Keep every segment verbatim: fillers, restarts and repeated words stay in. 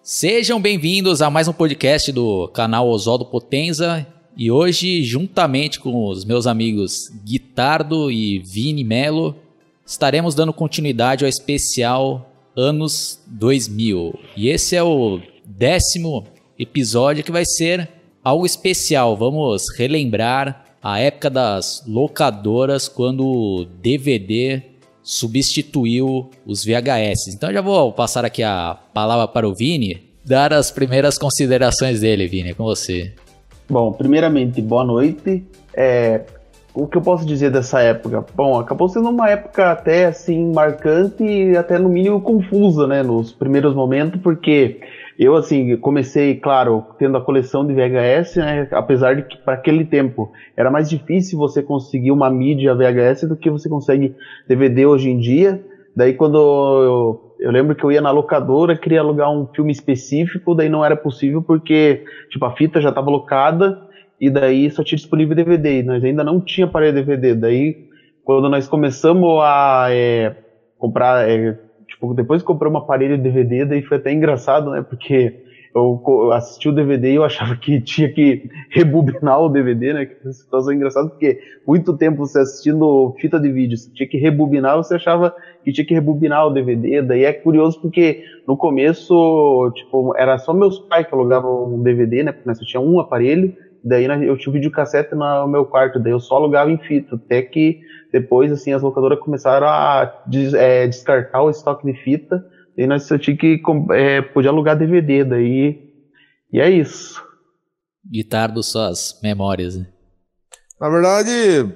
Sejam bem-vindos a mais um podcast do canal Oswaldo Potenza. E hoje, juntamente com os meus amigos Guitardo e Vini Melo, estaremos dando continuidade ao especial Anos dois mil. E esse é o décimo episódio que vai ser algo especial. Vamos relembrar a época das locadoras, quando o D V D substituiu os V H S. Então já vou passar aqui a palavra para o Vini, dar as primeiras considerações dele. Vini, é com você. Bom, primeiramente, boa noite. É, o que eu posso dizer dessa época? Bom, acabou sendo uma época até assim marcante e até no mínimo confusa, né, nos primeiros momentos, porque eu assim comecei, claro, tendo a coleção de V H S, né, apesar de que para aquele tempo era mais difícil você conseguir uma mídia V H S do que você consegue D V D hoje em dia. Daí quando eu, eu lembro que eu ia na locadora, queria alugar um filme específico, daí não era possível porque tipo a fita já estava locada e daí só tinha disponível D V D, nós ainda não tinha aparelho D V D. Daí quando nós começamos a é, comprar, é, tipo, depois que comprei um aparelho D V D, daí foi até engraçado, né, porque eu assisti o D V D e eu achava que tinha que rebobinar o D V D, né, que é uma situação engraçada, porque muito tempo você assistindo fita de vídeo, você tinha que rebobinar, você achava que tinha que rebobinar o D V D. Daí é curioso porque no começo, tipo, era só meus pais que alugavam um D V D, né, porque nós só tinha um aparelho, daí eu tinha um videocassete no meu quarto, daí eu só alugava em fita, até que depois, assim, as locadoras começaram a des, é, descartar o estoque de fita, e nós só tinha que é, podia alugar D V D, daí, e é isso. Guitardo, suas memórias, né? Na verdade,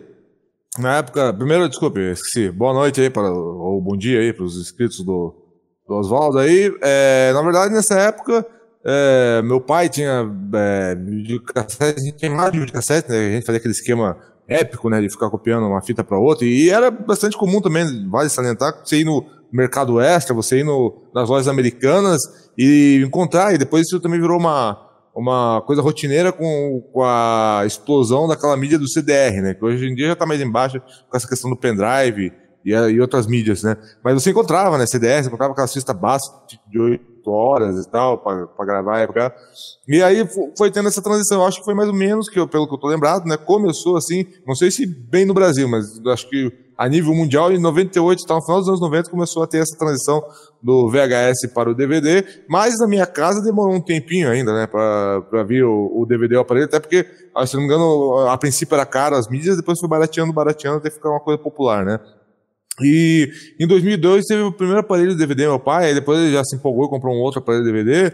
na época, primeiro, desculpe, esqueci, boa noite aí, para, ou bom dia aí para os inscritos do, do Oswaldo aí. É, na verdade, nessa época, é, meu pai tinha é, videocassete, a gente tinha mais de videocassete, né? A gente fazia aquele esquema épico, né, de ficar copiando uma fita para outra, e era bastante comum também, vale salientar, você ir no mercado extra, você ir no, nas lojas americanas e encontrar, e depois isso também virou uma, uma coisa rotineira com, com a explosão daquela mídia do C D R, né, que hoje em dia já está mais embaixo com essa questão do pendrive e, e outras mídias, né, mas você encontrava, né, C D R, você encontrava aquelas fitas básicas de oito horas e tal, para gravar, pra... e aí foi tendo essa transição. Eu acho que foi mais ou menos, que eu, pelo que eu tô lembrado, né, começou assim, não sei se bem no Brasil, mas acho que a nível mundial, em noventa e oito, tá, no final dos anos noventa, começou a ter essa transição do V H S para o D V D, mas na minha casa demorou um tempinho ainda, né, pra, pra vir o, o D V D e o aparelho, até porque, se não me engano, a princípio era caro as mídias, depois foi barateando, barateando, até ficar uma coisa popular, né. E em dois mil e dois teve o primeiro aparelho de D V D, meu pai, aí depois ele já se empolgou e comprou um outro aparelho de D V D,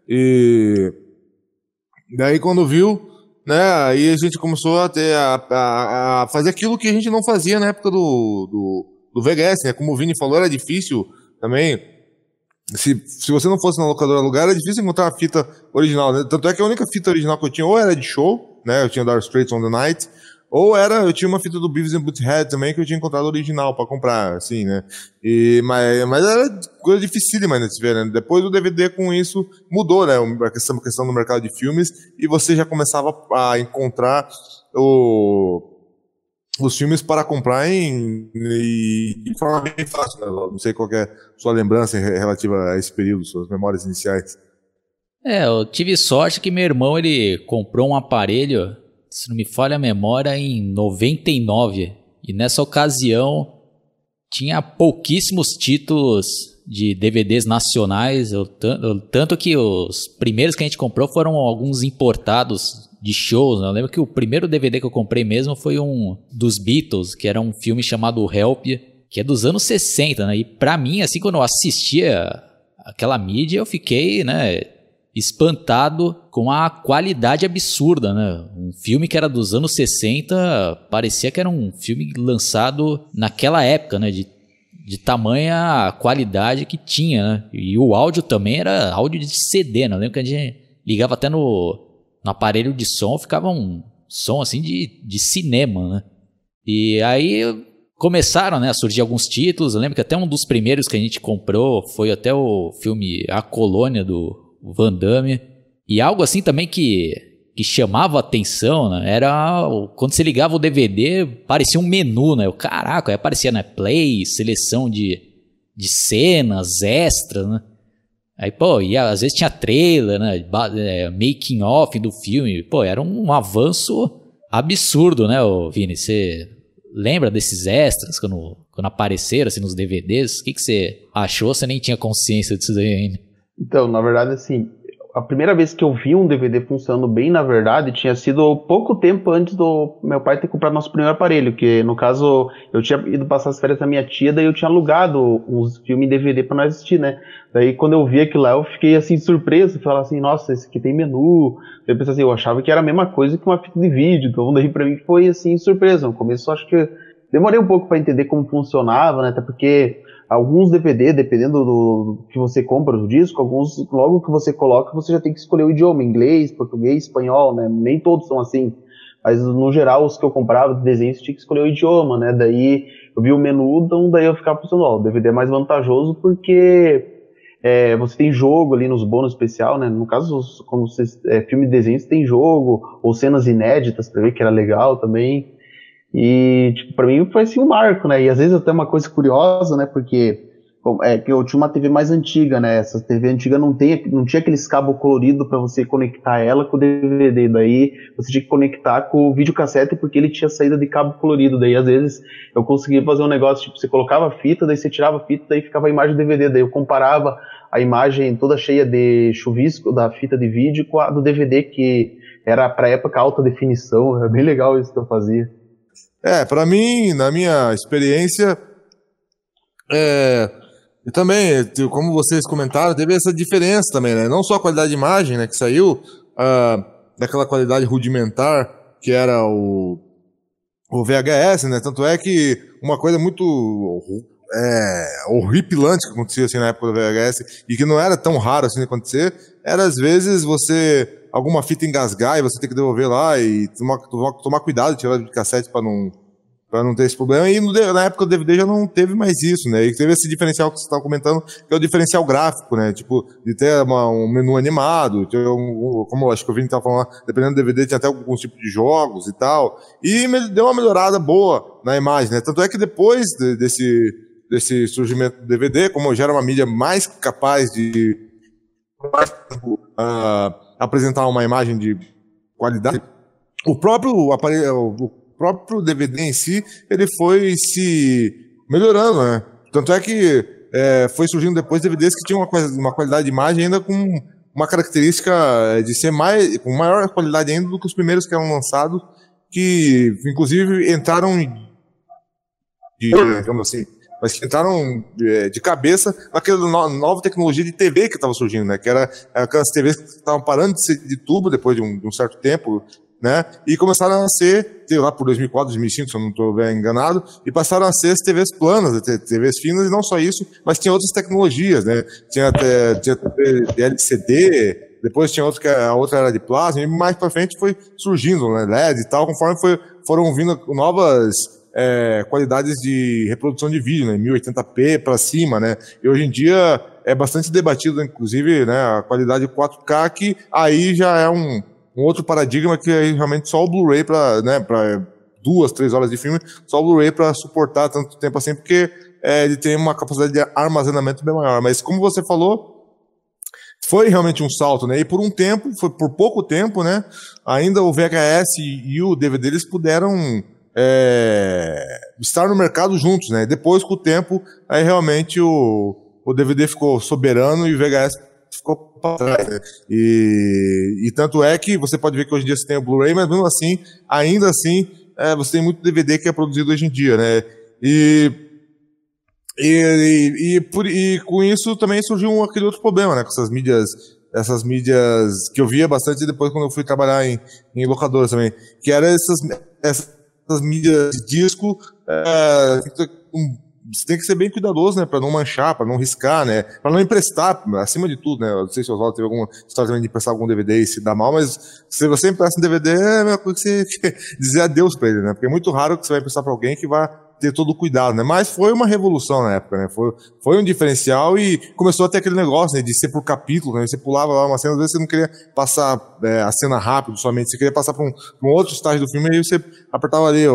e daí quando viu, né, aí a gente começou a, ter, a, a, a fazer aquilo que a gente não fazia na época do, do, do V H S, né, como o Vini falou, era difícil também, se, se você não fosse na locadora alugar, era difícil encontrar uma fita original, né, tanto é que a única fita original que eu tinha ou era de show, né, eu tinha Dire Straits on the Night, ou era, eu tinha uma fita do Beavis and Butthead também, que eu tinha encontrado original pra comprar, assim, né. E, mas, mas era coisa dificílima ainda de se ver, né. Depois o D V D com isso mudou, né, a questão, a questão do mercado de filmes, e você já começava a encontrar o, os filmes para comprar em, em, de forma bem fácil, né. Não sei qual que é a sua lembrança relativa a esse período, suas memórias iniciais. É, eu tive sorte que meu irmão, ele comprou um aparelho, se não me falha a memória, em noventa e nove. E nessa ocasião tinha pouquíssimos títulos de D V Ds nacionais. Eu, eu, tanto que os primeiros que a gente comprou foram alguns importados de shows, né? Eu lembro que o primeiro D V D que eu comprei mesmo foi um dos Beatles, que era um filme chamado Help, que é dos anos sessenta, né? E pra mim, assim, quando eu assistia aquela mídia, eu fiquei, né, espantado com a qualidade absurda, né? Um filme que era dos anos sessenta, parecia que era um filme lançado naquela época, né? De, de tamanha qualidade que tinha, né? E o áudio também era áudio de C D, né? Eu lembro que a gente ligava até no, no aparelho de som, ficava um som assim de, de cinema, né? E aí começaram, né, a surgir alguns títulos. Eu lembro que até um dos primeiros que a gente comprou foi até o filme A Colônia, do Van Damme. E algo assim também que, que chamava a atenção, né, era quando você ligava o D V D, parecia um menu, né? Caraca, aí aparecia, né, play, seleção de, de cenas, extras, né? Aí, pô, e às vezes tinha trailer, né? É, making off do filme. Pô, era um avanço absurdo, né, ô Vini? Você lembra desses extras quando, quando apareceram assim, nos D V Ds? O que, que você achou? Você nem tinha consciência disso daí ainda. Então, na verdade, assim, a primeira vez que eu vi um D V D funcionando bem, na verdade, tinha sido pouco tempo antes do meu pai ter comprado nosso primeiro aparelho, que no caso, eu tinha ido passar as férias da minha tia, daí eu tinha alugado uns filmes em D V D pra nós assistir, né? Daí quando eu vi aquilo lá, eu fiquei assim, surpreso, falava assim, nossa, esse aqui tem menu. Eu pensei assim, eu achava que era a mesma coisa que uma fita de vídeo, então daí pra mim foi assim, surpresa. No começo eu acho que demorei um pouco pra entender como funcionava, né? Até porque alguns D V D, dependendo do que você compra do disco, alguns, logo que você coloca, você já tem que escolher o idioma, inglês, português, espanhol, né? Nem todos são assim. Mas, no geral, os que eu comprava de desenho, você tinha que escolher o idioma, né? Daí, eu vi o menu, então daí eu ficava pensando, ó, o D V D é mais vantajoso porque é, você tem jogo ali nos bônus especial, né? No caso, quando você, é filme de desenho, você tem jogo, ou cenas inéditas pra ver, que era legal também. E, tipo, pra mim foi assim um marco, né? E às vezes até uma coisa curiosa, né? Porque é que eu tinha uma T V mais antiga, né? Essa T V antiga não, tem, não tinha aqueles cabos coloridos pra você conectar ela com o D V D. Daí você tinha que conectar com o videocassete porque ele tinha saída de cabo colorido. Daí às vezes eu conseguia fazer um negócio, tipo, você colocava a fita, daí você tirava a fita, daí ficava a imagem do D V D. Daí eu comparava a imagem toda cheia de chuvisco da fita de vídeo com a do D V D, que era pra época alta definição. Era bem legal isso que eu fazia. É, pra mim, na minha experiência, é, e também, como vocês comentaram, teve essa diferença também, né? Não só a qualidade de imagem, né, que saiu, ah, daquela qualidade rudimentar que era o, o V H S, né? Tanto é que uma coisa muito é, horripilante que acontecia assim na época do V H S e que não era tão raro assim de acontecer, era às vezes você alguma fita engasgar e você tem que devolver lá e tomar, tomar, tomar cuidado, tirar de cassete para não, pra não ter esse problema. E no, na época do D V D já não teve mais isso, né? E teve esse diferencial que você estava comentando, que é o diferencial gráfico, né? Tipo, de ter uma, um menu animado, ter um, como eu acho que o Vini estava falando, dependendo do D V D, tinha até alguns tipos de jogos e tal. E me, deu uma melhorada boa na imagem, né? Tanto é que depois de, desse, desse surgimento do D V D, como já era uma mídia mais capaz de uh, apresentar uma imagem de qualidade, o próprio aparelho, o próprio D V D em si, ele foi se melhorando, né? Tanto é que é, foi surgindo depois D V Ds que tinham uma, uma qualidade de imagem ainda com uma característica de ser mais, com maior qualidade ainda do que os primeiros que eram lançados, que inclusive entraram de, digamos assim, mas que entraram é, de cabeça naquela no, nova tecnologia de T V que estava surgindo, né? Que era aquelas T Vs que estavam parando de ser de tubo depois de um, de um certo tempo, né? E começaram a ser, sei lá, por dois mil e quatro, dois mil e cinco, se eu não estou bem enganado, e passaram a ser as T Vs planas, T Vs finas, e não só isso, mas tinha outras tecnologias, né? Tinha até tinha T V de L C D, depois tinha outra que a outra era de plasma, e mais para frente foi surgindo, né? L E D e tal, conforme foi, foram vindo novas É, qualidades de reprodução de vídeo, né, mil e oitenta p para cima, né, e hoje em dia é bastante debatido, inclusive, né, a qualidade quatro K, que aí já é um, um outro paradigma que é realmente só o Blu-ray para, né, para duas, três horas de filme, só o Blu-ray para suportar tanto tempo assim, porque é, ele tem uma capacidade de armazenamento bem maior, mas como você falou, foi realmente um salto, né, e por um tempo, foi por pouco tempo, né, ainda o V H S e o D V D eles puderam É, estar no mercado juntos, né? Depois, com o tempo, aí realmente o, o D V D ficou soberano e o V H S ficou para trás, né? E, e tanto é que você pode ver que hoje em dia você tem o Blu-ray, mas mesmo assim, ainda assim, é, você tem muito D V D que é produzido hoje em dia, né? E, e, e, e, por, e com isso também surgiu um, aquele outro problema, né? Com essas mídias, essas mídias que eu via bastante depois quando eu fui trabalhar em, em locadoras também, que eram essas, essas as mídias de disco, é, você tem que ser bem cuidadoso, né, para não manchar, para não riscar, né, para não emprestar, acima de tudo, né, eu não sei se o Oswaldo teve alguma história também de emprestar algum D V D e se dá mal, mas se você empresta um D V D, é a mesma coisa que você dizer adeus para ele, né, porque é muito raro que você vai emprestar para alguém que vai ter todo o cuidado, né, mas foi uma revolução na época, né, foi, foi um diferencial e começou a ter aquele negócio, né, de ser por capítulo, né, você pulava lá uma cena, às vezes você não queria passar é, a cena rápido somente, você queria passar para um, um outro estágio do filme, aí você apertava ali o,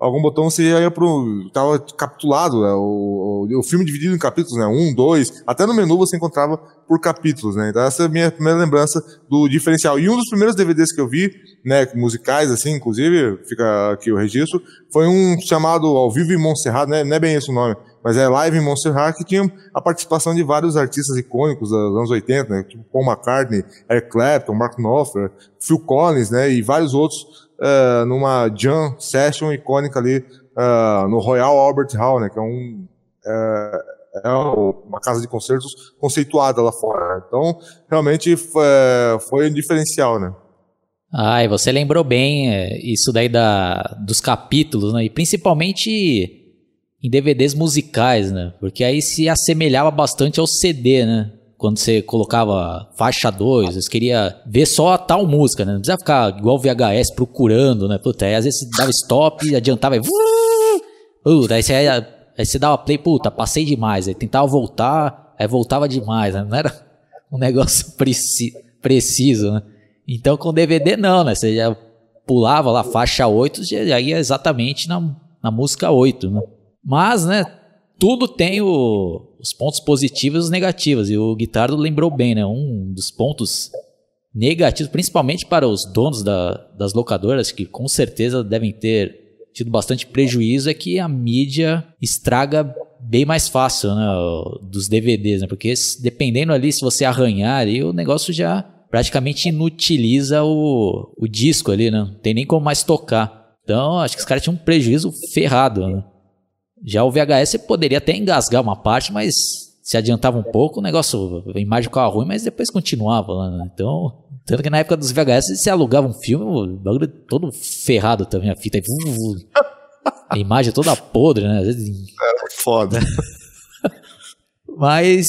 algum botão, você ia pro... Tava capitulado, né? O, o, o filme dividido em capítulos, né? Um, dois, até no menu você encontrava por capítulos, né? Então essa é a minha primeira lembrança do diferencial. E um dos primeiros D V Ds que eu vi, né, musicais, assim, inclusive, fica aqui o registro, foi um chamado Ao Vivo em Montserrat, né? Não é bem esse o nome, mas é Live em Montserrat, que tinha a participação de vários artistas icônicos dos anos oitenta, né? Tipo Paul McCartney, Eric Clapton, Mark Knopfler, Phil Collins, né? E vários outros uh, numa jam session icônica ali uh, no Royal Albert Hall, né? Que é um uh, é uma casa de concertos conceituada lá fora, né? Então, realmente foi, foi um diferencial, né? Ah, e você lembrou bem é, isso daí da, dos capítulos, né? E principalmente em D V Ds musicais, né? Porque aí se assemelhava bastante ao C D, né? Quando você colocava faixa dois, você queria ver só a tal música, né? Não precisava ficar igual o V H S procurando, né? Puta, aí às vezes você dava stop, adiantava e... Puta, aí você, aí você dava play, puta, passei demais. Aí tentava voltar, aí voltava demais, né? Não era um negócio preci preciso, né? Então com D V D não, né? Você já pulava lá faixa oito, já ia exatamente na, na música oito, né? Mas, né, tudo tem o, os pontos positivos e os negativos, e o Guitardo lembrou bem, né, um dos pontos negativos, principalmente para os donos da, das locadoras, que com certeza devem ter tido bastante prejuízo, é que a mídia estraga bem mais fácil, né, dos D V Ds, né, porque dependendo ali, se você arranhar ali, o negócio já praticamente inutiliza o, o disco ali, né, não tem nem como mais tocar. Então, acho que os caras tinham um prejuízo ferrado, né. Já o V H S poderia até engasgar uma parte, mas se adiantava um pouco, o negócio, a imagem ficava ruim, mas depois continuava lá, né? Então, tanto que na época dos V H S, você alugava um filme, o bagulho todo ferrado também, a fita, a imagem toda podre, né? Era foda. Mas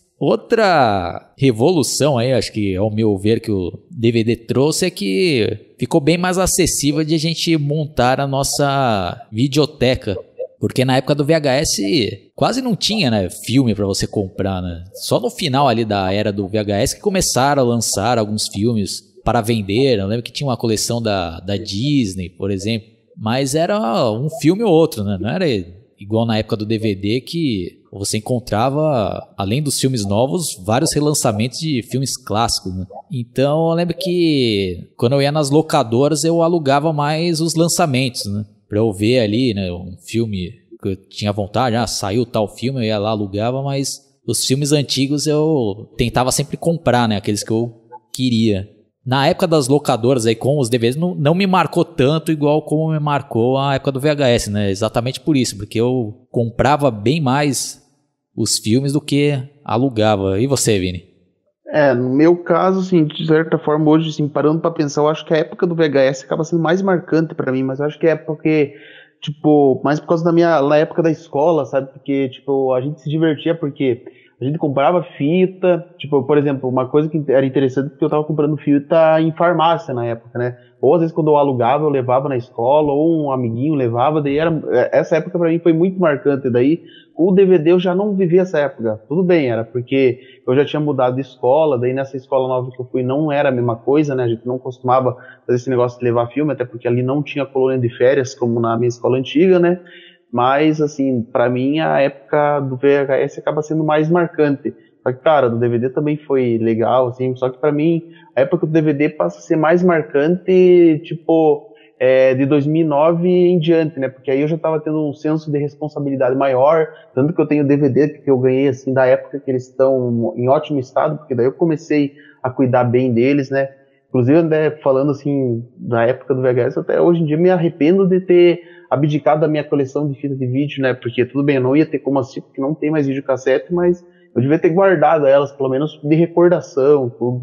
outra revolução aí, acho que ao meu ver que o D V D trouxe, é que ficou bem mais acessível de a gente montar a nossa videoteca. Porque na época do V H S quase não tinha, né, filme pra você comprar, né? Só no final ali da era do V H S que começaram a lançar alguns filmes para vender. Eu lembro que tinha uma coleção da, da Disney, por exemplo. Mas era um filme ou outro, né? Não era igual na época do D V D que você encontrava, além dos filmes novos, vários relançamentos de filmes clássicos, né? Então eu lembro que quando eu ia nas locadoras eu alugava mais os lançamentos, né? Pra eu ver ali, né, um filme que eu tinha vontade, ah, saiu tal filme, eu ia lá, alugava, mas os filmes antigos eu tentava sempre comprar, né, aqueles que eu queria. Na época das locadoras aí com os D V Ds não, não me marcou tanto igual como me marcou a época do V H S, né, exatamente por isso, porque eu comprava bem mais os filmes do que alugava. E você, Vini? É, no meu caso, assim, de certa forma, hoje, assim, parando pra pensar, eu acho que a época do V H S acaba sendo mais marcante pra mim, mas eu acho que é porque, tipo, mais por causa da minha, na época da escola, sabe, porque, tipo, a gente se divertia porque a gente comprava fita, tipo, por exemplo, uma coisa que era interessante, porque eu tava comprando fita em farmácia na época, né, ou às vezes quando eu alugava, eu levava na escola, ou um amiguinho levava, daí era, essa época pra mim foi muito marcante, daí o D V D eu já não vivi essa época, tudo bem, era porque eu já tinha mudado de escola, daí nessa escola nova que eu fui não era a mesma coisa, né, a gente não costumava fazer esse negócio de levar filme, até porque ali não tinha colônia de férias, como na minha escola antiga, né, mas, assim, pra mim a época do V H S acaba sendo mais marcante, só que, cara, do D V D também foi legal, assim, só que pra mim a época do D V D passa a ser mais marcante, tipo... É, de dois mil e nove em diante, né, porque aí eu já estava tendo um senso de responsabilidade maior, tanto que eu tenho D V D que eu ganhei, assim, da época que eles estão em ótimo estado, porque daí eu comecei a cuidar bem deles, né, inclusive, né, falando, assim, da época do V H S, até hoje em dia me arrependo de ter abdicado da minha coleção de fitas de vídeo, né, porque tudo bem, eu não ia ter como assistir, porque não tem mais videocassete, mas eu devia ter guardado elas, pelo menos de recordação, tudo.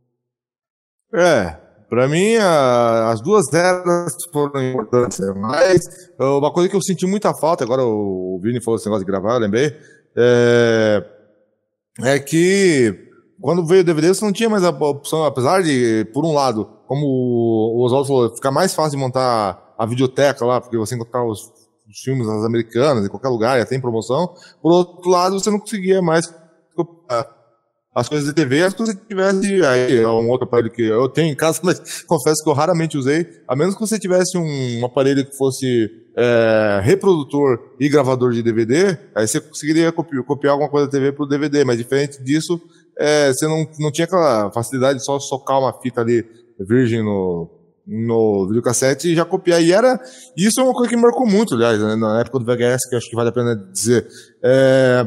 É... Pra mim, a, as duas eras foram importantes, né? Mas uma coisa que eu senti muita falta, agora o, o Vini falou esse negócio de gravar, eu lembrei, é, é que quando veio o D V D você não tinha mais a opção, apesar de, por um lado, como o Oswaldo falou, ficar mais fácil de montar a videoteca lá, porque você encontrava os, os filmes nas americanas, em qualquer lugar, e até em promoção, por outro lado, você não conseguia mais as coisas de T V, as coisas que tivesse aí, é um outro aparelho que eu tenho em casa, mas confesso que eu raramente usei, a menos que você tivesse um, um aparelho que fosse é, reprodutor e gravador de D V D, aí você conseguiria copiar, copiar alguma coisa da T V pro D V D, mas diferente disso, é, você não, não tinha aquela facilidade de só socar uma fita ali virgem no, no videocassete e já copiar, e era, isso é uma coisa que me marcou muito, aliás, né, na época do V H S, que acho que vale a pena dizer, é,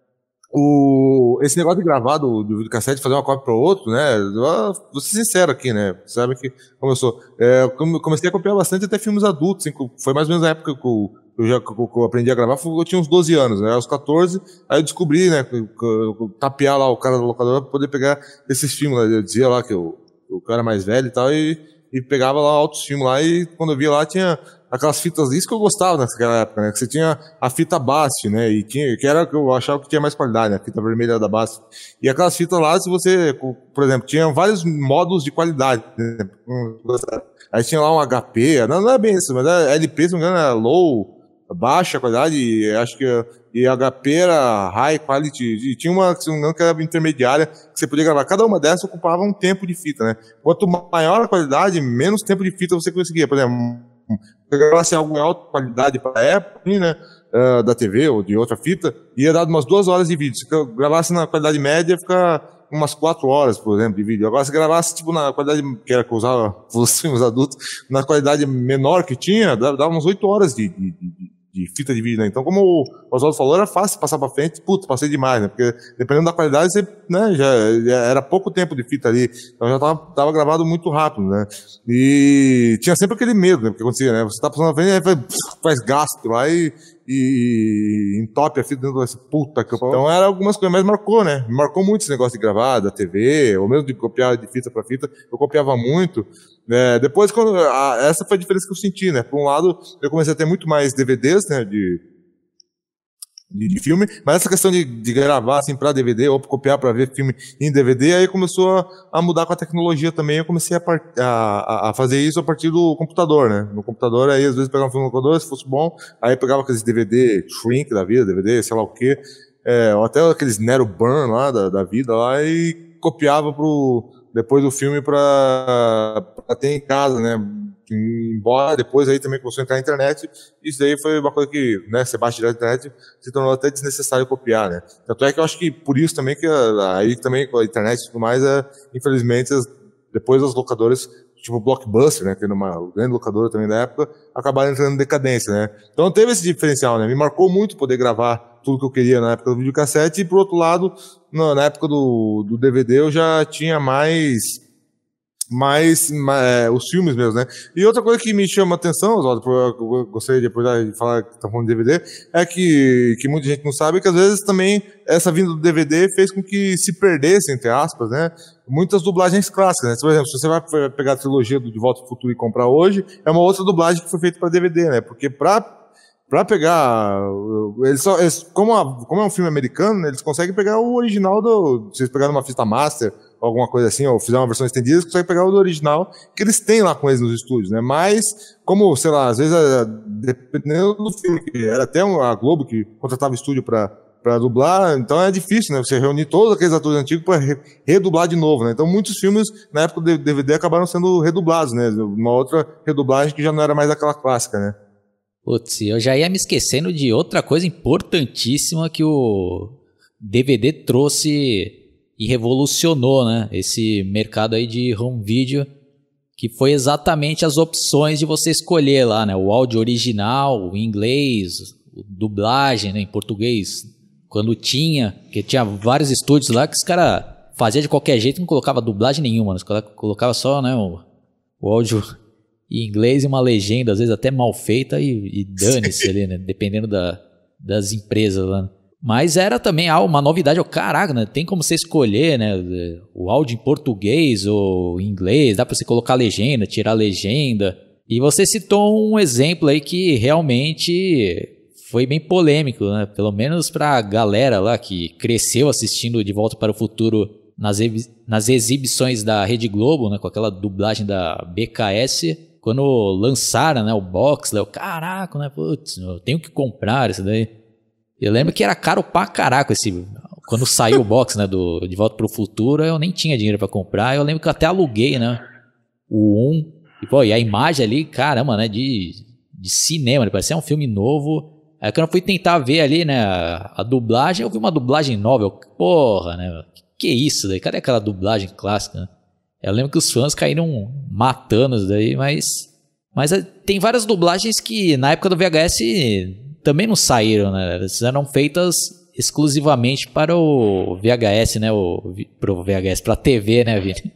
O, esse negócio de gravar do, do videocassete, fazer uma cópia para o outro, né? Eu vou ser sincero aqui, né? Você sabe que, como eu sou, é, eu comecei a copiar bastante até filmes adultos. Assim, foi mais ou menos na época que eu, eu já que eu aprendi a gravar, eu tinha uns doze anos, né? Aos catorze, aí eu descobri, né? Que, que, que, tapear lá o cara da locadora para poder pegar esses filmes. Né? Eu dizia lá que eu, o cara mais velho e tal, e, e pegava lá altos filmes lá, e quando eu via lá tinha aquelas fitas, isso que eu gostava naquela época, né? Que você tinha a fita Bast, né? E tinha, que era que eu achava que tinha mais qualidade, né? A fita vermelha da Bast. E aquelas fitas lá, se você, por exemplo, tinha vários modos de qualidade, né? Aí tinha lá um H P, não, não é bem isso, mas é L P, se não me engano, era low, baixa qualidade, e acho que e H P era high quality, e tinha uma, se não me engano, que era intermediária, que você podia gravar. Cada uma dessas ocupava um tempo de fita, né? Quanto maior a qualidade, menos tempo de fita você conseguia. Por exemplo, se eu gravasse algo em alta qualidade para a época, né, uh, da T V ou de outra fita, ia dar umas duas horas de vídeo. Se eu gravasse na qualidade média, ia ficar umas quatro horas, por exemplo, de vídeo. Agora, se gravasse tipo, na qualidade que era que eu usava os filmes adultos, na qualidade menor que tinha, dava umas oito horas de, de, de, de fita de vídeo, né? Então, como o Oswaldo falou, era fácil passar para frente. Putz, passei demais, né? Porque dependendo da qualidade, você, né, já, já era pouco tempo de fita ali. Então já tava, tava gravado muito rápido, né? E tinha sempre aquele medo, né? Porque acontecia, né? Você tá passando na frente, aí faz, faz gasto lá e, e entope a fita dentro dessa puta que eu... Então era algumas coisas, mas marcou, né? Me marcou muito esse negócio de gravar, da T V, ou mesmo de copiar de fita para fita. Eu copiava muito. É, depois, quando, a, essa foi a diferença que eu senti, né? Por um lado, eu comecei a ter muito mais D V Ds, né? De, de, de filme, mas essa questão de, de gravar, assim, pra D V D, ou copiar pra ver filme em D V D, aí começou a, a mudar com a tecnologia também. Eu comecei a, part, a, a fazer isso a partir do computador, né? No computador, aí às vezes pegava um filme no computador, se fosse bom, aí pegava aqueles D V D shrink da vida, D V D, sei lá o quê, é, ou até aqueles Nero Burn lá da, da vida lá, e copiava pro... depois do filme para ter em casa, né? Embora depois aí também começou a entrar na internet, isso aí foi uma coisa que, né, você baixa direto na internet, se tornou até desnecessário copiar, né? Tanto é que eu acho que por isso também que a, aí também com a internet e tudo mais, é, infelizmente, as, depois as locadoras, tipo Blockbuster, né, que era uma grande locadora também da época, acabaram entrando em decadência, né? Então teve esse diferencial, né? Me marcou muito poder gravar tudo que eu queria na época do videocassete, e por outro lado, na, na época do, do D V D eu já tinha mais, mais, mais é, os filmes mesmo, né? E outra coisa que me chama a atenção, Oswaldo, eu gostaria de depois de falar que tá falando de D V D, é que, que muita gente não sabe, que às vezes também essa vinda do D V D fez com que se perdesse, entre aspas, né, muitas dublagens clássicas, né? Por exemplo, se você vai pegar a trilogia do De Volta ao Futuro e comprar hoje, é uma outra dublagem que foi feita para D V D, né? Porque pra Pra pegar, eles só, eles, como, a, como é um filme americano, né, eles conseguem pegar o original do, se eles pegarem uma fita master, ou alguma coisa assim, ou fizer uma versão estendida, eles conseguem pegar o do original, que eles têm lá com eles nos estúdios, né, mas, como, sei lá, às vezes, dependendo do filme, era até a Globo que contratava estúdio pra, pra dublar, então é difícil, né, você reunir todos aqueles atores antigos pra re, redublar de novo, né, então muitos filmes, na época do D V D, acabaram sendo redublados, né, uma outra redublagem que já não era mais aquela clássica, né. Putz, eu já ia me esquecendo de outra coisa importantíssima que o D V D trouxe e revolucionou, né? Esse mercado aí de home video, que foi exatamente as opções de você escolher lá, né? O áudio original, o inglês, o dublagem, né? Em português, quando tinha, porque tinha vários estúdios lá que os caras faziam de qualquer jeito, não colocava dublagem nenhuma, os caras colocavam só, né, o, o áudio em inglês e uma legenda, às vezes até mal feita, e, e dane-se ali, né? Dependendo da, das empresas lá. Mas era também ah, uma novidade, oh, caraca, né? Tem como você escolher, né? O áudio em português ou em inglês, dá pra você colocar legenda, tirar legenda. E você citou um exemplo aí que realmente foi bem polêmico, né? Pelo menos pra galera lá que cresceu assistindo De Volta para o Futuro nas, nas exibições da Rede Globo, né? Com aquela dublagem da B K S. Quando lançaram, né, o box, eu, caraca, né, putz, eu tenho que comprar isso daí. Eu lembro que era caro pra caraca esse, quando saiu o box, né, do De Volta pro Futuro, eu nem tinha dinheiro pra comprar. Eu lembro que eu até aluguei, né, o um. E, pô, e a imagem ali, caramba, né, de, de cinema, né, parecia um filme novo. Aí quando eu fui tentar ver ali, né, a, a dublagem, eu vi uma dublagem nova. Eu, porra, né, que, que é isso daí? Cadê aquela dublagem clássica, né? Eu lembro que os fãs caíram matando isso daí, mas... Mas tem várias dublagens que na época do V H S também não saíram, né? Elas eram feitas exclusivamente para o V H S, né? O, pro V H S, pra T V, né, Vini?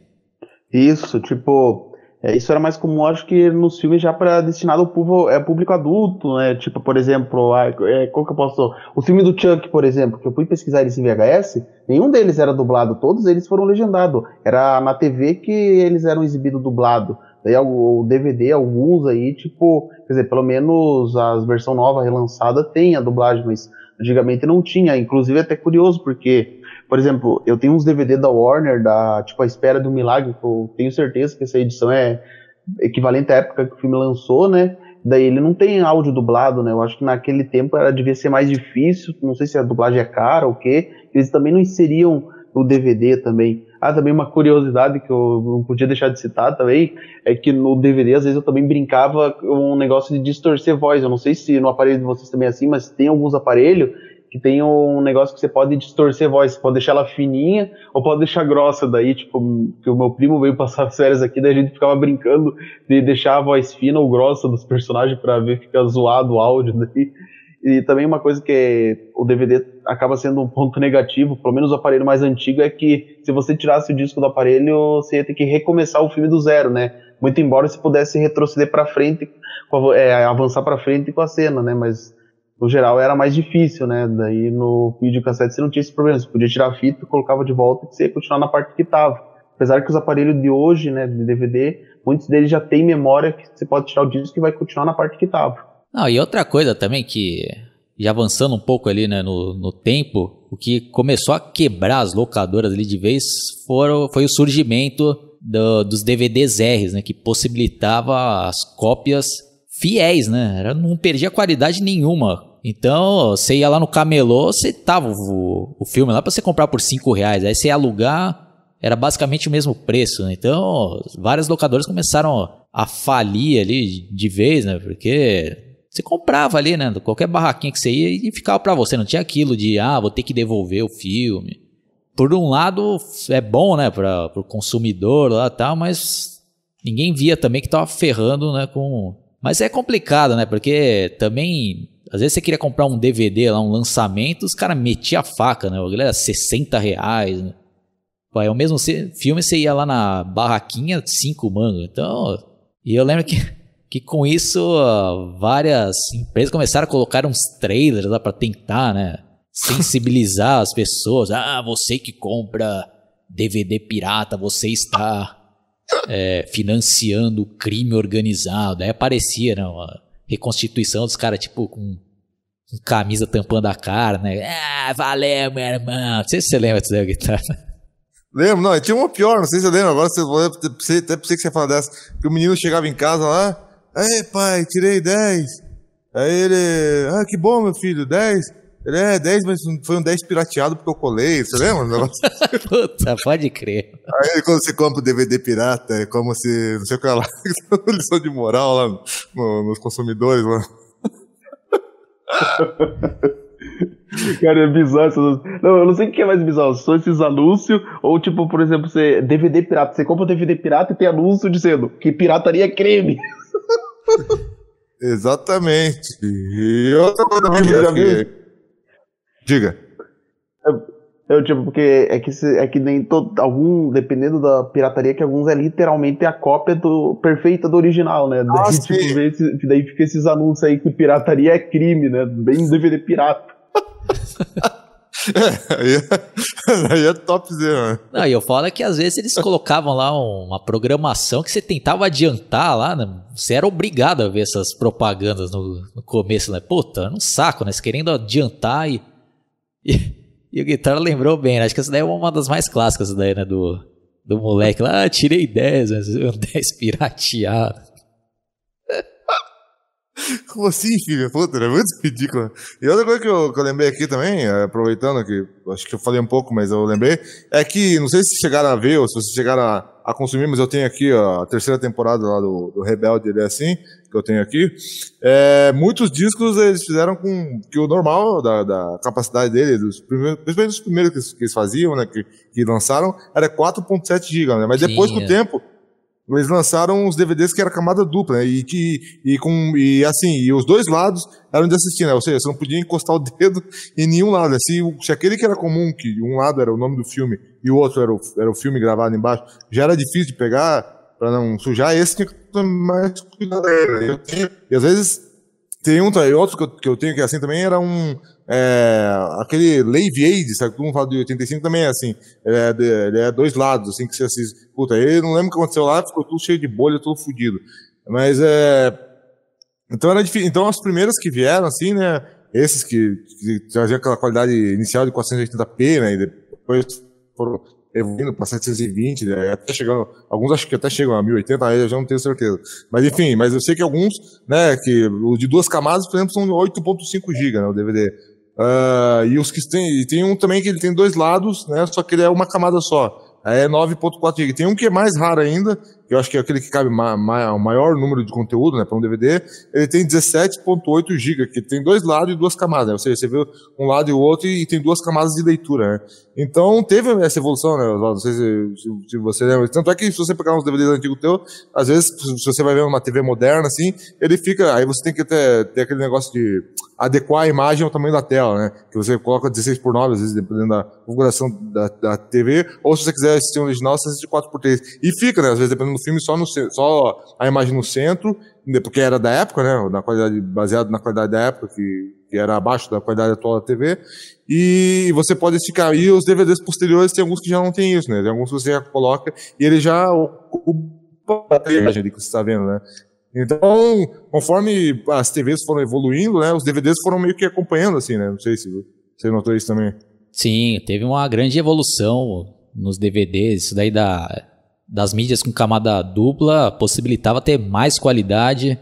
Isso, tipo... É, isso era mais comum, acho que nos filmes já para destinado ao público, é, público adulto, né? Tipo, por exemplo, a, é, qual que eu posso... O filme do Chuck, por exemplo, que eu fui pesquisar eles em V H S, nenhum deles era dublado, todos eles foram legendados. Era na T V que eles eram exibidos dublado. Daí o, o D V D, alguns aí, tipo... Quer dizer, pelo menos a versão nova, relançada, tem a dublagem, mas antigamente não tinha. Inclusive é até curioso, porque... Por exemplo, eu tenho uns D V D da Warner, da, tipo, A Espera do Milagre, que eu tenho certeza que essa edição é equivalente à época que o filme lançou, né? Daí ele não tem áudio dublado, né? Eu acho que naquele tempo era, devia ser mais difícil, não sei se a dublagem é cara ou o quê. Eles também não inseriam o D V D também. Ah, também uma curiosidade que eu não podia deixar de citar também, é que no D V D, às vezes, eu também brincava com um negócio de distorcer voz. Eu não sei se no aparelho de vocês também é assim, mas tem alguns aparelhos que tem um negócio que você pode distorcer a voz, você pode deixar ela fininha ou pode deixar grossa. Daí, tipo, que o meu primo veio passar férias aqui, daí a gente ficava brincando de deixar a voz fina ou grossa dos personagens pra ver ficar zoado o áudio daí. E também uma coisa que o D V D acaba sendo um ponto negativo, pelo menos o aparelho mais antigo, é que se você tirasse o disco do aparelho, você ia ter que recomeçar o filme do zero, né? Muito embora você pudesse retroceder pra frente, é, avançar pra frente com a cena, né? Mas no geral era mais difícil, né? Daí no videocassete você não tinha esse problema, você podia tirar a fita, colocava de volta e você ia continuar na parte que estava. Apesar que os aparelhos de hoje, né, de D V D, muitos deles já tem memória que você pode tirar o disco e vai continuar na parte que estava. Não, e outra coisa também que, já avançando um pouco ali, né, no, no tempo, o que começou a quebrar as locadoras ali de vez foram, foi o surgimento do, dos D V Ds R, né, que possibilitava as cópias fiéis, né? Era, não perdia qualidade nenhuma. Então, você ia lá no camelô, você tava o, o filme lá pra você comprar por cinco reais. Aí você ia alugar, era basicamente o mesmo preço, né? Então, várias locadoras começaram a falir ali de vez, né? Porque você comprava ali, né? Qualquer barraquinha que você ia e ficava pra você. Não tinha aquilo de, ah, vou ter que devolver o filme. Por um lado, é bom, né? Pra, pro consumidor lá e tal, mas ninguém via também que tava ferrando, né? Com... Mas é complicado, né? Porque também, às vezes você queria comprar um D V D lá, um lançamento, os caras metiam a faca, né? O era sessenta reais, né? Pô, é o mesmo filme, você ia lá na barraquinha, cinco mangos. Então, e eu lembro que, que com isso, várias empresas começaram a colocar uns trailers lá pra tentar, né? Sensibilizar as pessoas. Ah, você que compra D V D pirata, você está... É, financiando o crime organizado. Aí aparecia, né, uma reconstituição dos caras, tipo, com, com camisa tampando a cara, né? Ah, valeu, meu irmão. Não sei se você lembra disso da guitarra. Lembro, não, tinha uma pior, não sei se você lembra, agora você, até pensei que você ia falar dessa, que o menino chegava em casa lá, aí pai, tirei dez. Aí ele, ah, que bom, meu filho, dez. Ele é dez, mas foi um dez pirateado porque eu colei, você lembra? Puta, pode crer. Aí quando você compra o D V D pirata, é como se, não sei o que lá, lição de moral lá no, nos consumidores lá. Cara, é bizarro. Não, eu não sei o que é mais bizarro, são esses anúncios, ou tipo, por exemplo, você, D V D pirata, você compra o D V D pirata e tem anúncio dizendo que pirataria é crime. Exatamente. E outra coisa também já que... viu? Diga. Eu, tipo, porque é que, se, é que nem todo, algum, dependendo da pirataria, que alguns é literalmente a cópia do, perfeita do original, né? Ah, daí, tipo, vê esse, daí fica esses anúncios aí que pirataria é crime, né? Bem D V D pirata. É, aí, é, aí é topzera, né? Não, e eu falo que às vezes eles colocavam lá uma programação que você tentava adiantar lá, né? Você era obrigado a ver essas propagandas no, no começo, né? Puta, era um saco, né? Você querendo adiantar e... E, e o Guitarra lembrou bem, né? Acho que essa daí é uma das mais clássicas daí, né? Do, do moleque lá, ah, tirei dez, mas dez pirateado. Como assim, filho? Puta, é muito ridículo. E outra coisa que eu, que eu lembrei aqui também, aproveitando que acho que eu falei um pouco, mas eu lembrei, é que, não sei se chegaram a ver ou se vocês chegaram a, a consumir, mas eu tenho aqui ó, a terceira temporada lá do, do Rebelde, ele é assim, que eu tenho aqui. É, muitos discos eles fizeram com que o normal da, da capacidade dele, dos primeiros, principalmente os primeiros que, que eles faziam, né, que, que lançaram, era quatro ponto sete gigas, né? Mas depois, Sim, com é. o tempo, eles lançaram os D V Ds que era camada dupla, né? E, que, e, com, e assim, e os dois lados eram de assistir, né? Ou seja, você não podia encostar o dedo em nenhum lado, né? Se, se aquele que era comum, que um lado era o nome do filme e o outro era o, era o filme gravado embaixo, já era difícil de pegar pra não sujar, esse tinha que ter mais cuidado. Né? E às vezes tem um, outro que eu, que eu tenho que é assim também, era um, é, aquele Live Aid, sabe? Todo mundo fala de oitenta e cinco também é assim, ele é, de, ele é dois lados, assim, que você assiste. Puta, eu não lembro o que aconteceu lá, ficou tudo cheio de bolha, tudo fodido. Mas é, então era difícil, então as primeiras que vieram, assim, né, esses que, que traziam aquela qualidade inicial de quatrocentos e oitenta p, né, e depois foram evoluindo para setecentos e vinte, né, até chegando, alguns acho que até chegam a mil e oitenta, aí eu já não tenho certeza. Mas enfim, mas eu sei que alguns, né, que o de duas camadas, por exemplo, são oito ponto cinco gigas, né, o D V D. Uh, e os que tem, e tem um também que ele tem dois lados, né, só que ele é uma camada só. Aí é nove ponto quatro gigas. Tem um que é mais raro ainda, que eu acho que é aquele que cabe ma, ma, o maior número de conteúdo, né, para um D V D. Ele tem dezessete ponto oito gigas, que tem dois lados e duas camadas, né? Ou seja, você vê um lado e o outro e, e tem duas camadas de leitura, né? Então teve essa evolução, né, Oswaldo? Não sei se, se, se você lembra. Tanto é que se você pegar uns D V Ds antigos teu, às vezes, se você vai ver uma T V moderna, assim, ele fica, aí você tem que ter, ter aquele negócio de adequar a imagem ao tamanho da tela, né? Que você coloca dezesseis por nove, às vezes, dependendo da configuração da, da T V, ou se você quiser assistir um original, você assiste quatro por três. E fica, né? Às vezes, dependendo do filme, só, no, só a imagem no centro, porque era da época, né? Na qualidade, baseado na qualidade da época, que, que era abaixo da qualidade atual da T V. E você pode esticar. E os D V Ds posteriores, tem alguns que já não tem isso, né? Tem alguns que você já coloca e ele já ocupa a imagem ali que você está vendo, né? Então, conforme as T Vs foram evoluindo, né, os D V Ds foram meio que acompanhando, assim, né? Não sei se você notou isso também. Sim, teve uma grande evolução nos D V Ds. Isso daí da, das mídias com camada dupla possibilitava ter mais qualidade.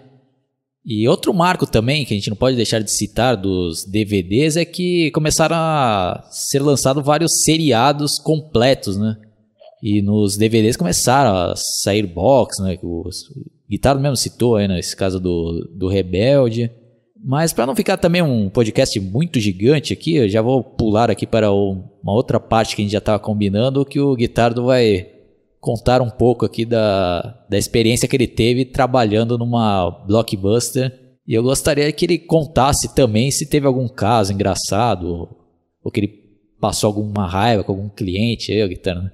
E outro marco também, que a gente não pode deixar de citar dos D V Ds, é que começaram a ser lançados vários seriados completos, né? E nos D V Ds começaram a sair box, né? O Guitardo mesmo citou aí, nesse caso do, do Rebelde. Mas para não ficar também um podcast muito gigante aqui, eu já vou pular aqui para uma outra parte que a gente já estava combinando, que o Guitardo vai contar um pouco aqui da, da experiência que ele teve trabalhando numa Blockbuster. E eu gostaria que ele contasse também se teve algum caso engraçado, ou, ou que ele passou alguma raiva com algum cliente aí, o Guitardo.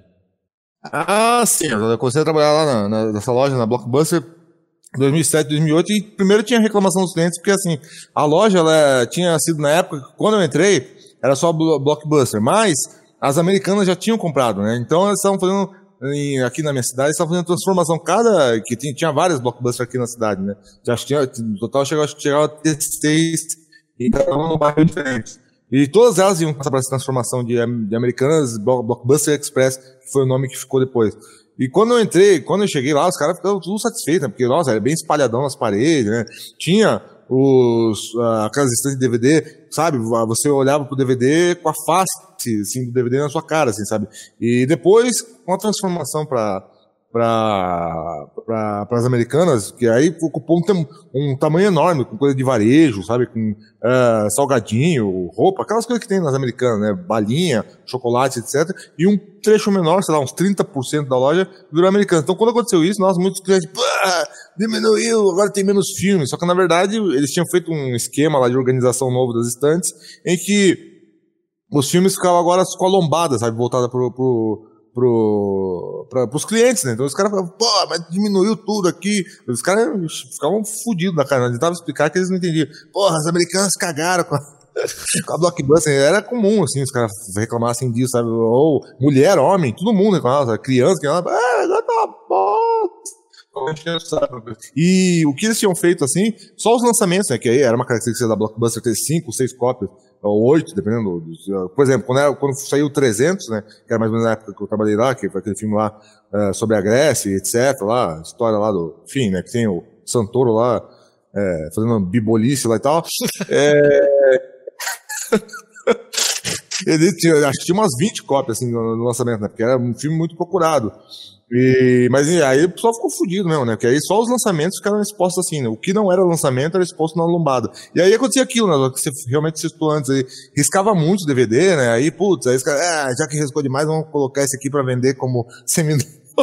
Ah, sim, eu comecei a trabalhar lá na, na, nessa loja, na Blockbuster, em dois mil e sete, dois mil e oito, e primeiro tinha reclamação dos clientes, porque assim, a loja, ela tinha sido na época, quando eu entrei, era só Blockbuster, mas as americanas já tinham comprado, né, então elas estavam fazendo, em, aqui na minha cidade, estavam fazendo transformação, cada, que tinha, tinha várias Blockbusters aqui na cidade, né, já tinha, no total chegava, chegava a ter seis, e cada uma num bairro diferente. E todas elas iam passar para essa transformação de, de Americanas, Blockbuster Express, que foi o nome que ficou depois. E quando eu entrei, quando eu cheguei lá, os caras ficaram tudo satisfeitos, né? Porque, nossa, era bem espalhadão nas paredes, né? Tinha os, uh, aquelas estantes de D V D, sabe? Você olhava pro D V D com a face, assim, do D V D na sua cara, assim, sabe? E depois, com a transformação para para as americanas, que aí ocupou um, um tamanho enorme, com coisa de varejo, sabe, com uh, salgadinho, roupa, aquelas coisas que tem nas americanas, né, balinha, chocolate, etcétera. E um trecho menor, sei lá, uns trinta por cento da loja virou americana. Então, quando aconteceu isso, nós, muitos clientes, pô, diminuiu, agora tem menos filmes. Só que, na verdade, eles tinham feito um esquema lá de organização novo das estantes, em que os filmes ficavam agora com a lombada, sabe, voltada pro... pro pro, pra, pros clientes, né? Então os caras falavam, pô, mas diminuiu tudo aqui. Os caras ficavam fodidos da cara, não tentavam explicar que eles não entendiam. Porra, as americanas cagaram com a, com a Blockbuster. Era comum, assim, os caras reclamassem disso, sabe? Ou mulher, homem, todo mundo reclamava, sabe? Criança, que reclamava, ah, agora tá bom. E o que eles tinham feito, assim, só os lançamentos, né? Que aí era uma característica da Blockbuster ter cinco, seis cópias, ou oito, dependendo. Do, por exemplo, quando, era, quando saiu o trezentos, né? Que era mais ou menos na época que eu trabalhei lá, que foi aquele filme lá uh, sobre a Grécia, etcétera. Lá, a história lá do. Enfim, né? Que tem o Santoro lá. é, fazendo bibolice lá e tal. É... Ele tinha, acho que tinha umas vinte cópias assim, no, no lançamento, né? Porque era um filme muito procurado. E, mas e, aí o pessoal ficou fudido mesmo, né? Porque aí só os lançamentos ficaram expostos assim, né? O que não era lançamento era exposto na lombada. E aí acontecia aquilo, né? Que você realmente citou antes aí. Riscava muito o D V D, né? Aí, putz, aí os caras, ah, já que riscou demais, vamos colocar esse aqui pra vender como seminovo.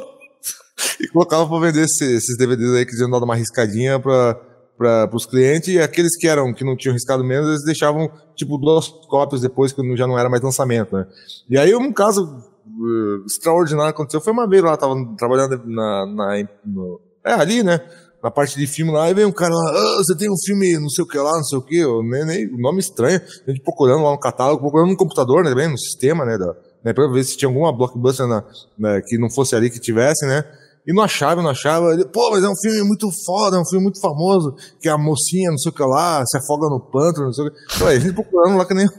E colocava pra vender esse, esses D V Ds aí que iam dar uma riscadinha pra, pra, pros clientes. E aqueles que eram, que não tinham riscado menos, eles deixavam, tipo, duas cópias depois, que já não era mais lançamento, né? E aí, um caso Uh, extraordinário aconteceu foi uma vez lá, tava trabalhando na, na no, é, ali, né, na parte de filme lá, e veio um cara lá, ah, você tem um filme não sei o que lá, não sei o que, nem, nem, o nome estranho, a gente procurando lá no catálogo, procurando no computador, né, bem, no sistema, né, da, né, pra ver se tinha alguma blockbuster na, né, que não fosse ali que tivesse, né, e não achava, não achava, ele, pô, mas é um filme muito foda, é um filme muito famoso, que a mocinha não sei o que lá, se afoga no pântano, não sei o que, então, aí, a gente procurando lá que nem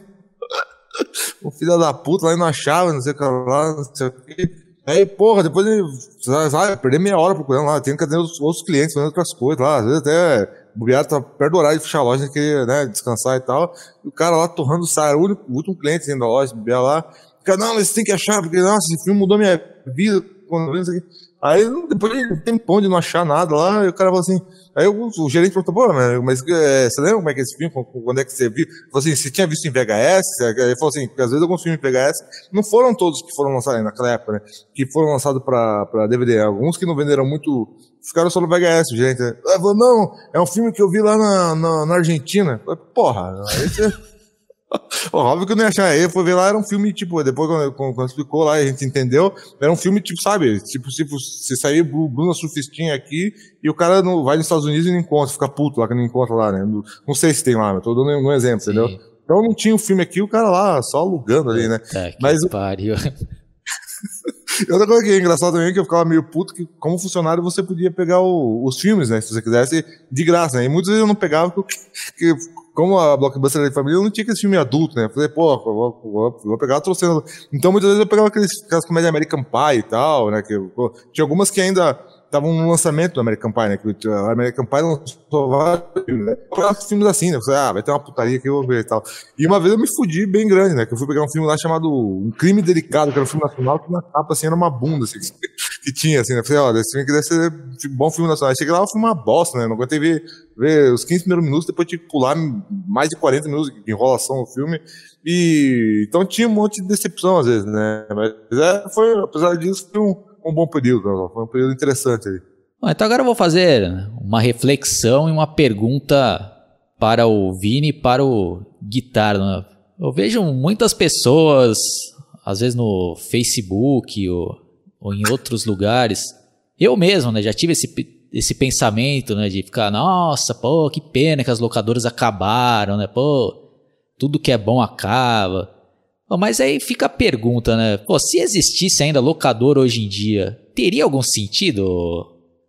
o filho da puta lá e não achava, não sei o que lá, não sei o que. Aí, porra, depois ele vai perder meia hora procurando lá, tem que atender os outros clientes, fazendo outras coisas lá, às vezes até o bobeado tá perto do horário de fechar a loja, queria, né, descansar e tal, e o cara lá torrando o saio, o, único, o último cliente dentro da loja, bobeado lá, o cara, não, mas você tem que achar, porque, nossa, esse filme mudou minha vida, quando eu vi isso aqui. Aí, depois de um tempão de não achar nada lá, e o cara falou assim, aí o, o gerente perguntou, pô, mas é, você lembra como é que é esse filme, quando é que você viu? Ele falou assim, você tinha visto em V H S? Ele falou assim, porque às vezes alguns filmes em V H S, não foram todos que foram lançados naquela época, né, que foram lançados pra, pra D V D, alguns que não venderam muito, ficaram só no V H S, o gerente. Ele falou, não, é um filme que eu vi lá na, na, na Argentina. Eu falei, porra, aí você... Oh, óbvio que eu não ia achar. Aí eu fui ver lá, era um filme, tipo, depois quando, quando, quando explicou lá, a gente entendeu, era um filme, tipo, sabe, tipo, tipo se sair Bruna Surfistinha aqui e o cara não, vai nos Estados Unidos e não encontra, fica puto lá, que não encontra lá, né, não, não sei se tem lá, mas tô dando um exemplo, Sim. entendeu? Então não tinha um filme aqui, o cara lá, só alugando ali, né. Tá, que mas pariu. E outra coisa que é engraçado também, que eu ficava meio puto, que como funcionário você podia pegar o, os filmes, né, se você quisesse, de graça, né, e muitas vezes eu não pegava, porque, que, como a Blockbuster era de família, eu não tinha aquele filme adulto, né, eu falei, pô, eu vou, vou, vou pegar, trouxendo. Então muitas vezes eu pegava aqueles, aquelas comédias American Pie e tal, né, que pô, tinha algumas que ainda estavam no lançamento do American Pie, né, que o American Pie lançou vários filmes, né, eu pegava filmes assim, né, eu falei, ah, vai ter uma putaria que eu vou ver e tal. E uma vez eu me fudi bem grande, né, que eu fui pegar um filme lá chamado Um Crime Delicado, que era um filme nacional, que na capa, assim, era uma bunda, assim, que tinha, assim, né, eu falei, ó, esse filme aqui deve ser bom filme nacional. Aí cheguei lá, o filme uma bosta, né, não aguentei ver, ver os quinze primeiros minutos, depois tive que pular mais de quarenta minutos de enrolação no filme, e então tinha um monte de decepção às vezes, né, mas é, foi, apesar disso, foi um um bom período, foi um período interessante aí. Bom, então agora eu vou fazer uma reflexão e uma pergunta para o Vini e para o Guitar, né? Eu vejo muitas pessoas, às vezes no Facebook ou, ou em outros lugares, eu mesmo, né, já tive esse, esse pensamento, né, de ficar, nossa, pô, que pena que as locadoras acabaram, né, pô, tudo que é bom acaba. Mas aí fica a pergunta, né? Pô, se existisse ainda locador hoje em dia, teria algum sentido, ô,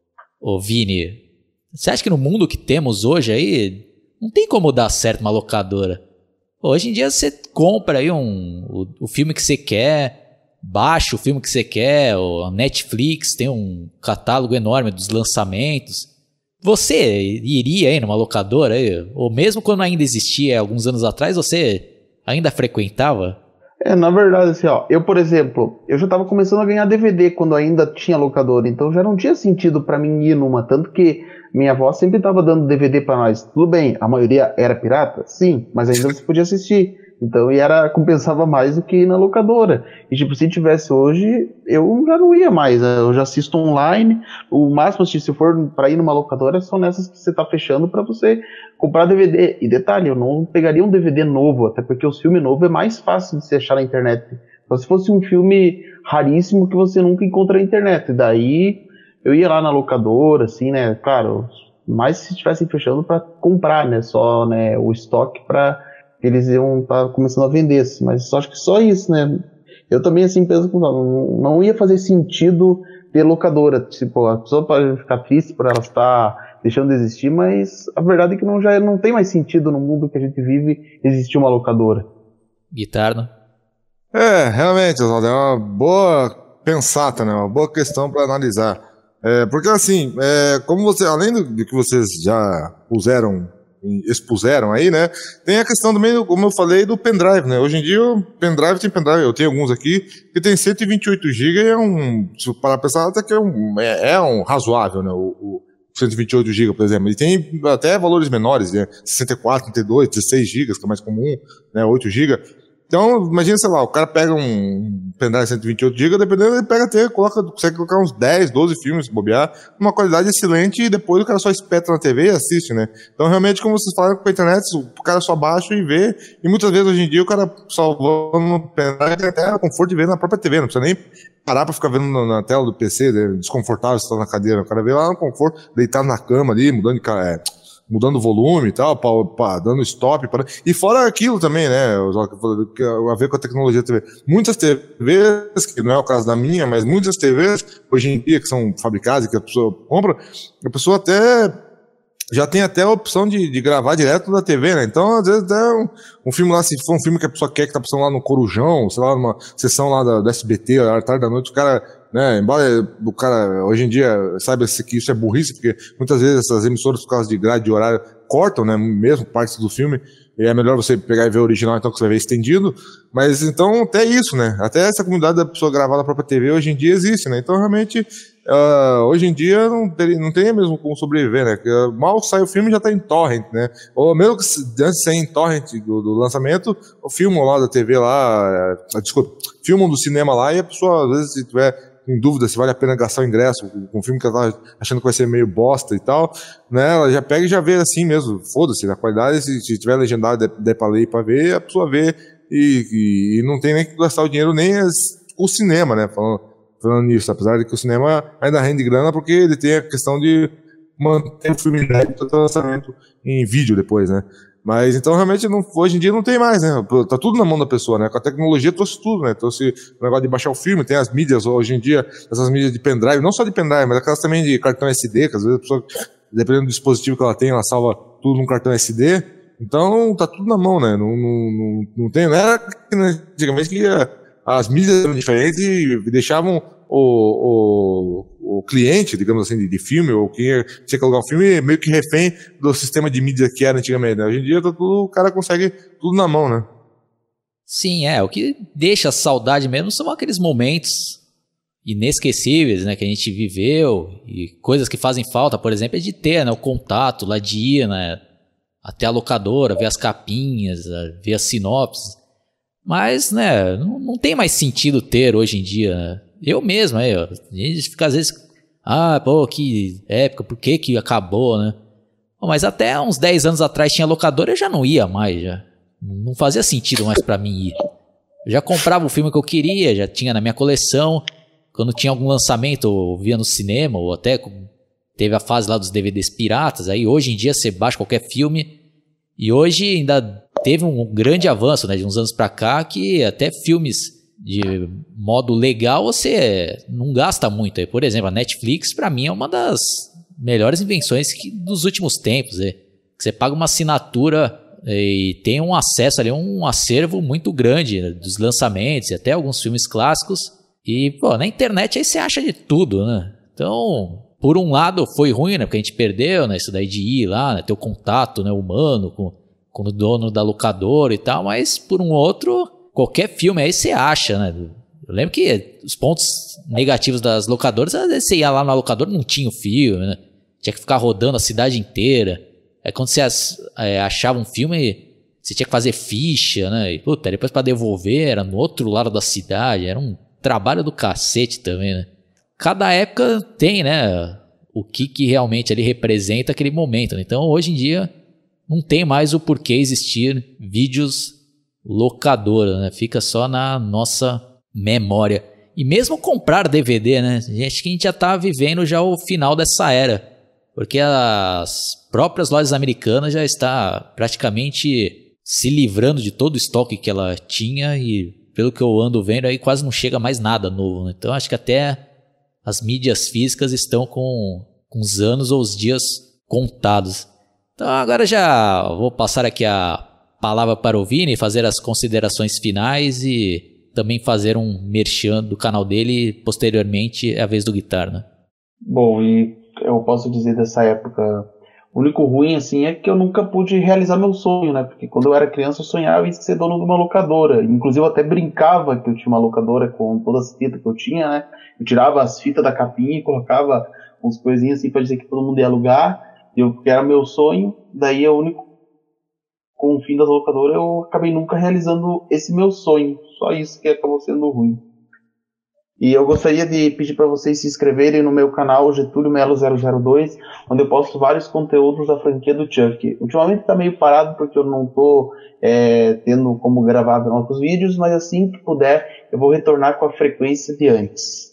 ô Vini? Você acha que no mundo que temos hoje aí, não tem como dar certo uma locadora? Pô, hoje em dia você compra aí um, o, o filme que você quer, baixa o filme que você quer, a Netflix tem um catálogo enorme dos lançamentos. Você iria aí numa locadora aí? Ou mesmo quando ainda existia, alguns anos atrás, você ainda frequentava? É, na verdade, assim, ó, eu, por exemplo, eu já tava começando a ganhar D V D quando ainda tinha locadora, então já não tinha sentido pra mim ir numa, tanto que minha avó sempre tava dando D V D pra nós. Tudo bem, a maioria era pirata? Sim, mas ainda você podia assistir. Então, e era, compensava mais do que ir na locadora. E, tipo, se tivesse hoje, eu já não ia mais, né? Eu já assisto online. O máximo, se for pra ir numa locadora, são nessas que você tá fechando pra você comprar D V D. E detalhe, eu não pegaria um D V D novo, até porque o filme novo é mais fácil de se achar na internet. Então, se fosse um filme raríssimo que você nunca encontra na internet, daí eu ia lá na locadora, assim, né? Claro, mais se estivessem fechando pra comprar, né? Só, né, o estoque pra... eles iam estar tá começando a vender, mas só, acho que só isso, né? Eu também, assim, penso que não, não ia fazer sentido ter locadora. Tipo, a pessoa pode ficar triste por ela estar deixando de existir, mas a verdade é que não, já não tem mais sentido no mundo que a gente vive existir uma locadora. Guitarra? É, realmente, Oswaldo, é uma boa pensata, né? Uma boa questão para analisar. É, porque assim, é, como você, além do, de que vocês já puseram, expuseram aí, né, tem a questão também, como eu falei, do pendrive, né, hoje em dia o pendrive tem pendrive, eu tenho alguns aqui, que tem cento e vinte e oito gigas e é um, se parar pra pensar, até que é um, é, é um razoável, né, o, o cento e vinte e oito gigas, por exemplo, e tem até valores menores, né, sessenta e quatro, trinta e dois, dezesseis gigas, que é mais comum, né, oito gigas. Então, imagina, sei lá, o cara pega um pendrive de cento e vinte e oito gigas, dependendo, ele pega até, coloca, consegue colocar uns dez, doze filmes, se bobear, uma qualidade excelente, e depois o cara só espeta na T V e assiste, né? Então, realmente, como vocês falaram com a internet, o cara só baixa e vê, e muitas vezes, hoje em dia, o cara salvando no pendrive, tem até o conforto de ver na própria T V, não precisa nem parar pra ficar vendo na, na tela do P C, né, desconfortável, se tá na cadeira, o cara vê lá no conforto, deitado na cama ali, mudando de cara, é, mudando o volume e tal, pá, pá, dando stop. Pá. E fora aquilo também, né, a ver com a tecnologia da T V. Muitas T Vs, que não é o caso da minha, mas muitas T Vs, hoje em dia, que são fabricadas e que a pessoa compra, a pessoa até já tem até a opção de, de gravar direto da T V, né? Então, às vezes, até um, um filme lá, se for um filme que a pessoa quer que tá passando lá no Corujão, sei lá, numa sessão lá da, da S B T, à tarde da noite, o cara, né, embora o cara, hoje em dia, saiba que isso é burrice, porque muitas vezes essas emissoras, por causa de grade de horário, cortam, né, mesmo partes do filme, e é melhor você pegar e ver o original, então, que você vai ver estendido, mas, então, até isso, né, até essa comunidade da pessoa gravar na própria T V, hoje em dia, existe, né, então, realmente, uh, hoje em dia, não tem, não tem mesmo como sobreviver, né, porque mal sai o filme, já tá em torrent, né, ou mesmo que antes de sair em torrent do, do lançamento, o filme lá da T V lá, uh, desculpa, filmam do cinema lá, e a pessoa, às vezes, se tiver em dúvida se vale a pena gastar o ingresso com um filme que ela tá achando que vai ser meio bosta e tal, né, ela já pega e já vê assim mesmo, foda-se, na qualidade, se, se tiver legendado, der pra ler e pra ver, a pessoa vê e, e, e não tem nem que gastar o dinheiro nem as, o cinema, né, falando, falando nisso, apesar de que o cinema ainda rende grana porque ele tem a questão de manter o filme inédito até o lançamento em vídeo depois, né. Mas então realmente não, hoje em dia não tem mais, né? Tá tudo na mão da pessoa, né? Com a tecnologia trouxe tudo, né? Trouxe o negócio de baixar o filme, tem as mídias hoje em dia, essas mídias de pendrive, não só de pendrive, mas aquelas também de cartão S D, que às vezes a pessoa, dependendo do dispositivo que ela tem, ela salva tudo num cartão S D. Então tá tudo na mão, né? Não, não, não, não tem, não era antigamente que as mídias eram diferentes e deixavam o, o, o cliente, digamos assim, de, de filme, ou quem tinha que alugar um filme, meio que refém do sistema de mídia que era antigamente, né? Hoje em dia tá tudo, o cara consegue tudo na mão, né? Sim, é. O que deixa saudade mesmo são aqueles momentos inesquecíveis, né, que a gente viveu, e coisas que fazem falta, por exemplo, é de ter, né, o contato lá de ir, né, até a locadora, ver as capinhas, ver as sinopses. Mas, né, não, não tem mais sentido ter hoje em dia, né? Eu mesmo, aí, ó, a gente fica às vezes, ah, pô, que época, por que que acabou, né? Pô, mas até uns dez anos atrás tinha locadora, eu já não ia mais, já. Não fazia sentido mais pra mim ir. Eu já comprava o filme que eu queria, já tinha na minha coleção. Quando tinha algum lançamento, eu via no cinema, ou até teve a fase lá dos D V Ds piratas, aí hoje em dia você baixa qualquer filme, e hoje ainda teve um grande avanço, né, de uns anos pra cá, que até filmes de modo legal você não gasta muito. Por exemplo, a Netflix pra mim é uma das melhores invenções que, dos últimos tempos. É. Você paga uma assinatura e tem um acesso ali, um acervo muito grande, né, dos lançamentos e até alguns filmes clássicos. E pô, na internet aí você acha de tudo, né? Então, por um lado foi ruim, né, porque a gente perdeu, né, isso daí de ir lá, né, ter o contato, né, humano com, com o dono da locadora e tal, mas por um outro, qualquer filme aí você acha, né? Eu lembro que os pontos negativos das locadoras, às vezes você ia lá na locadora, não tinha o filme, né? Tinha que ficar rodando a cidade inteira. Aí quando você é, achava um filme, você tinha que fazer ficha, né? E puta, depois pra devolver, era no outro lado da cidade, era um trabalho do cacete também, né? Cada época tem, né, o que, que realmente ele representa aquele momento, né? Então hoje em dia não tem mais o porquê existir vídeos locadora, né? Fica só na nossa memória. E mesmo comprar D V D, né? Acho que a gente já tá vivendo já o final dessa era, porque as próprias lojas americanas já está praticamente se livrando de todo o estoque que ela tinha, e pelo que eu ando vendo aí quase não chega mais nada novo, né? Então acho que até as mídias físicas estão com, com os anos ou os dias contados. Então agora já vou passar aqui a palavra para o Vini, fazer as considerações finais e também fazer um merchan do canal dele, posteriormente é a vez do Guitar, né? Bom, e eu posso dizer dessa época, o único ruim, assim, é que eu nunca pude realizar meu sonho, né? Porque quando eu era criança eu sonhava em ser dono de uma locadora. Inclusive eu até brincava que eu tinha uma locadora com todas as fitas que eu tinha, né? Eu tirava as fitas da capinha e colocava uns coisinhas assim pra dizer que todo mundo ia alugar. E eu, que era meu sonho, daí é o único, com o fim da locadora, eu acabei nunca realizando esse meu sonho. Só isso que acabou sendo ruim. E eu gostaria de pedir para vocês se inscreverem no meu canal Getúlio Melo zero zero dois, onde eu posto vários conteúdos da franquia do Chuck. Ultimamente está meio parado porque eu não estou é, tendo como gravar novos vídeos, mas assim que puder eu vou retornar com a frequência de antes.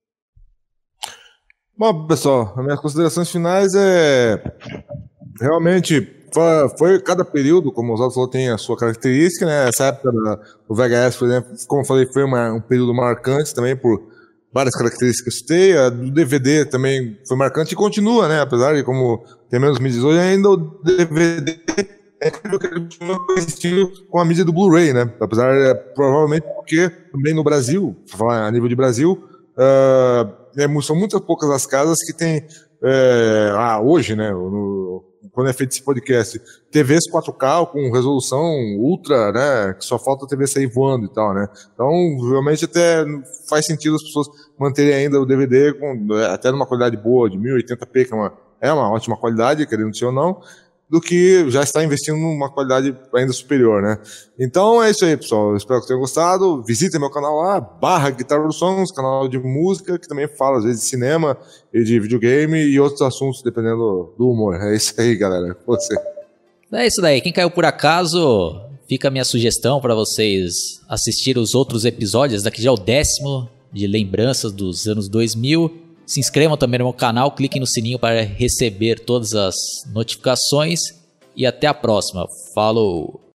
Bom, pessoal, as minhas considerações finais é realmente foi, foi cada período, como o Oswaldo falou, tem a sua característica, né? Essa época do V H S, por exemplo, como eu falei, foi uma, um período marcante também por várias características que eu citei. A do D V D também foi marcante e continua, né? Apesar de como tem menos mídias hoje, ainda o D V D é incrível que ele continua coexistindo com a mídia do Blu-ray, né? Apesar, é, provavelmente porque também no Brasil, pra falar a nível de Brasil, uh, é, são muitas poucas as casas que tem, é, ah, hoje, né? No, quando é feito esse podcast, T Vs quatro K com resolução ultra, né, que só falta a T V sair voando e tal, né, então realmente até faz sentido as pessoas manterem ainda o D V D com, até numa qualidade boa, de mil e oitenta p, que é uma, é uma ótima qualidade, querendo ser ou não, do que já está investindo numa qualidade ainda superior, né. Então é isso aí, pessoal, espero que tenham gostado. Visitem meu canal lá, barra Guitar dos Sons, canal de música, que também fala às vezes de cinema e de videogame e outros assuntos, dependendo do humor. É isso aí, galera. Você. É isso daí, quem caiu por acaso, fica a minha sugestão para vocês assistirem os outros episódios, daqui já é o décimo de lembranças dos anos dois mil. Se inscrevam também no meu canal, cliquem no sininho para receber todas as notificações e até a próxima. Falou!